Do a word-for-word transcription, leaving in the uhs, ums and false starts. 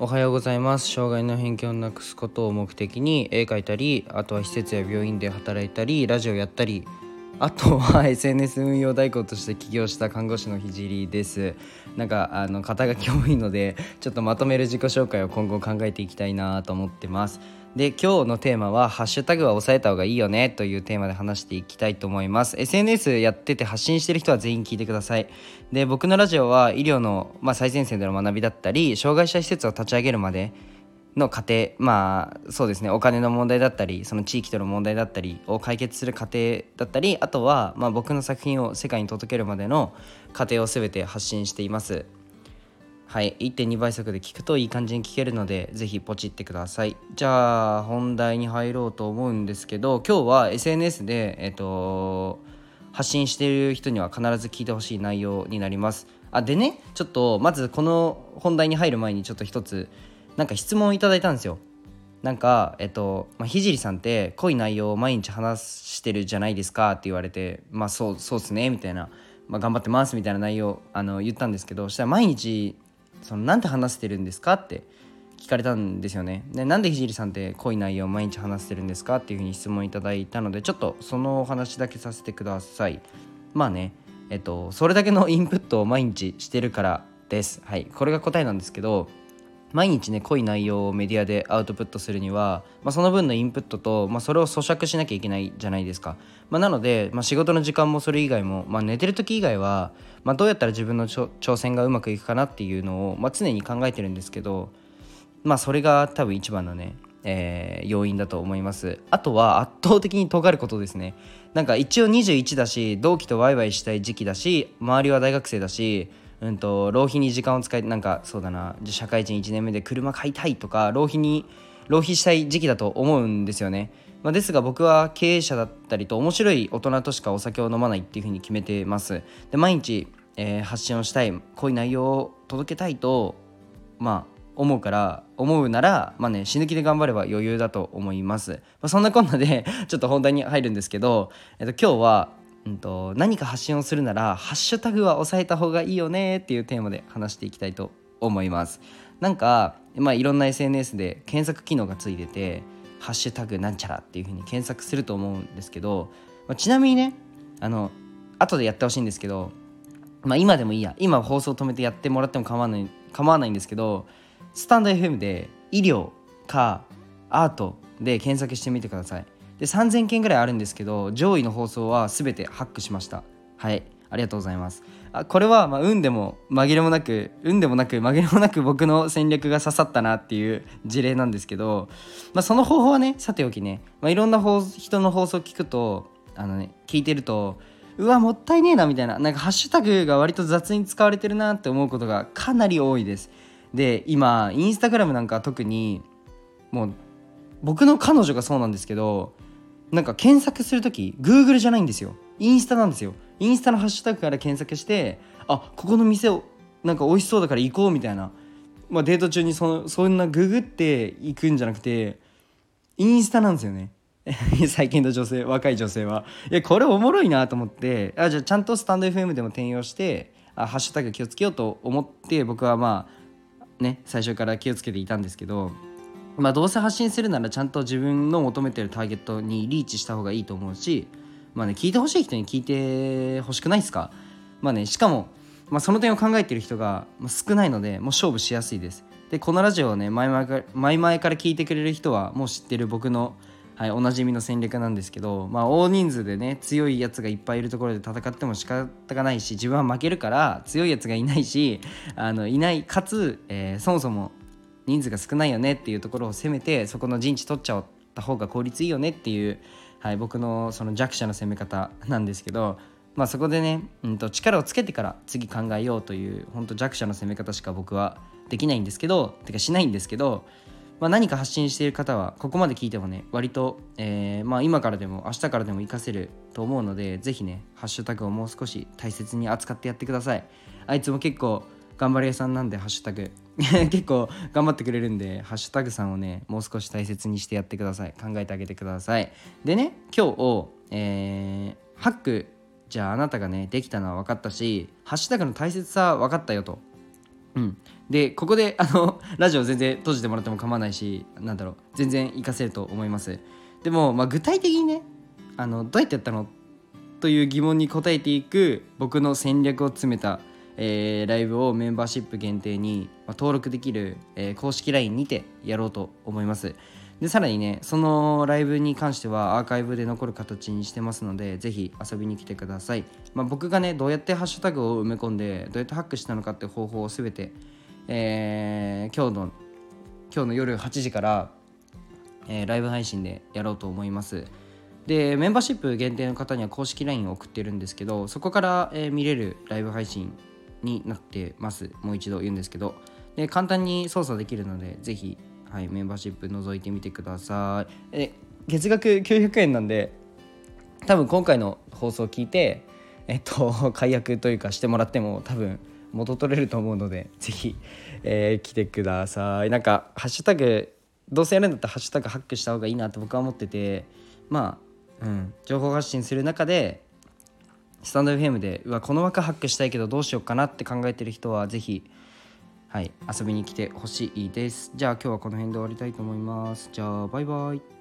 おはようございます。障害の偏見をなくすことを目的に絵描いたり、あとは施設や病院で働いたり、ラジオやったり、あとは エスエヌエス 運用代行として起業した看護師のひじりです。なんかあの肩書き多いので、ちょっとまとめる自己紹介を今後考えていきたいなと思ってます。で、今日のテーマはハッシュタグは押さえた方がいいよねというテーマで話していきたいと思います。 エスエヌエス やってて発信してる人は全員聞いてください。で、僕のラジオは医療の、まあ、最前線での学びだったり、障害者施設を立ち上げるまでの過程、まあそうですね、お金の問題だったり、その地域との問題だったりを解決する過程だったり、あとはまあ僕の作品を世界に届けるまでの過程を全て発信しています。はい、いってんに 倍速で聞くといい感じに聞けるので、ぜひポチってください。じゃあ本題に入ろうと思うんですけど、今日は エスエヌエス で、えっと、発信している人には必ず聞いてほしい内容になります。あ、でね、ちょっとまずこの本題に入る前にちょっと一つなんか質問をいただいたんですよ。なんかえっと、まあ、ひじりさんって濃い内容を毎日話してるじゃないですかって言われて、まあそうそうっすねみたいな、まあ、頑張ってますみたいな内容をあの言ったんですけど、そしたら毎日そのなんて話してるんですかって聞かれたんですよね。で、なんでひじりさんって濃い内容を毎日話してるんですかっていうふうに質問いただいたので、ちょっとそのお話だけさせてください。まあね、えっとそれだけのインプットを毎日してるからです。はい、これが答えなんですけど、毎日ね濃い内容をメディアでアウトプットするには、まあ、その分のインプットと、まあ、それを咀嚼しなきゃいけないじゃないですか。まあ、なので、まあ、仕事の時間もそれ以外も、まあ、寝てる時以外は、まあ、どうやったら自分の挑戦がうまくいくかなっていうのを、まあ、常に考えてるんですけど、まあそれが多分一番のね、えー要因だと思います。あとは圧倒的に尖ることですね。なんか一応にじゅういちだし、同期とワイワイしたい時期だし、周りは大学生だし、うんと浪費に時間を使い、なんかそうだな、じゃ社会人いちねんめで車買いたいとか、浪費に浪費したい時期だと思うんですよね。まあ、ですが僕は経営者だったりと面白い大人としかお酒を飲まないっていう風に決めてます。で、毎日、えー発信をしたい、こういう内容を届けたいとまあ思うから思うなら、まあね、死ぬ気で頑張れば余裕だと思います。まあ、そんなこんなでちょっと本題に入るんですけど、えっと、今日は、うんと、何か発信をするならハッシュタグは押さえた方がいいよねっていうテーマで話していきたいと思います。なんか、まあ、いろんな エスエヌエス で検索機能がついてて、ハッシュタグなんちゃらっていう風に検索すると思うんですけど、まあ、ちなみにね、あの後でやってほしいんですけど、まあ、今でもいいや、今放送止めてやってもらっても構わない構わないんですけど、スタンド エフエム で医療かアートで検索してみてください。で、さんぜんけんぐらいあるんですけど、上位の放送は全てハックしました。はい、ありがとうございます。あ、これはまあ運でも紛れもなく運でもなく紛れもなく僕の戦略が刺さったなっていう事例なんですけど、まあ、その方法はねさておきね、まあ、いろんな放人の放送を聞くと、あのね聞いてると、うわもったいねえなみたいな、なんかハッシュタグが割と雑に使われてるなって思うことがかなり多いです。で、今インスタグラムなんか特に、もう僕の彼女がそうなんですけど、なんか検索するとき Google じゃないんですよ、インスタなんですよ。インスタのハッシュタグから検索して、あ、ここの店をなんか美味しそうだから行こうみたいな、まあ、デート中にそのそんなググって行くんじゃなくて、インスタなんですよね最近の女性、若い女性は。いや、これおもろいなと思って、あ、じゃあちゃんとスタンド エフエム でも転用して、あ、ハッシュタグ気をつけようと思って、僕はまあね最初から気をつけていたんですけど、まあどうせ発信するならちゃんと自分の求めてるターゲットにリーチした方がいいと思うし、まあね、聞いてほしい人に聞いてほしくないですか。まあね、しかも、まあ、その点を考えている人が少ないので、もう勝負しやすいです。で、このラジオをね前々から前々から聞いてくれる人はもう知ってる僕の、はい、おなじみの戦略なんですけど、まあ、大人数でね強いやつがいっぱいいるところで戦っても仕方がないし、自分は負けるから強いやつがいないし、あのいないかつ、えーそもそも人数が少ないよねっていうところを攻めて、そこの陣地取っちゃった方が効率いいよねっていう、はい、僕のその弱者の攻め方なんですけど、まあ、そこでね、うんと力をつけてから次考えようという本当弱者の攻め方しか僕はできないんですけど、てかしないんですけど、まあ、何か発信している方はここまで聞いてもね割と、えーまあ、今からでも明日からでも活かせると思うので、ぜひねハッシュタグをもう少し大切に扱ってやってください。あいつも結構頑張り屋さんなんで、ハッシュタグ結構頑張ってくれるんで、ハッシュタグさんをねもう少し大切にしてやってください。考えてあげてください。でね、今日、えー、ハック、じゃああなたがねできたのは分かったし、ハッシュタグの大切さは分かったよと。 うん、でここであのラジオ全然閉じてもらっても構わないし、なんだろう、全然活かせると思います。でも、まあ、具体的にね、あのどうやってやったのという疑問に答えていく僕の戦略を詰めた、えーライブをメンバーシップ限定に、まあ、登録できる、えー公式 ライン にてやろうと思います。でさらにね、そのライブに関してはアーカイブで残る形にしてますので、ぜひ遊びに来てください。まあ、僕がねどうやってハッシュタグを埋め込んでどうやってハックしたのかって方法をすべて、えー今日の今日の夜はちじから、えーライブ配信でやろうと思います。でメンバーシップ限定の方には公式 ライン を送ってるんですけど、そこから、えー見れるライブ配信になってます。もう一度言うんですけど、で簡単に操作できるので、ぜひ、はい、メンバーシップ覗いてみてください。え月額きゅうひゃくえんなんで、多分今回の放送を聞いて、えっと、解約というかしてもらっても多分元取れると思うので、ぜひ、えー来てください。なんかハッシュタグ、どうせやるんだったらハッシュタグハックした方がいいなと僕は思ってて、まあ、うん、情報発信する中でスタンド エフエム でうわこの枠ハックしたいけどどうしようかなって考えてる人はぜひ、はい、遊びに来てほしいです。じゃあ今日はこの辺で終わりたいと思います。じゃあバイバイ。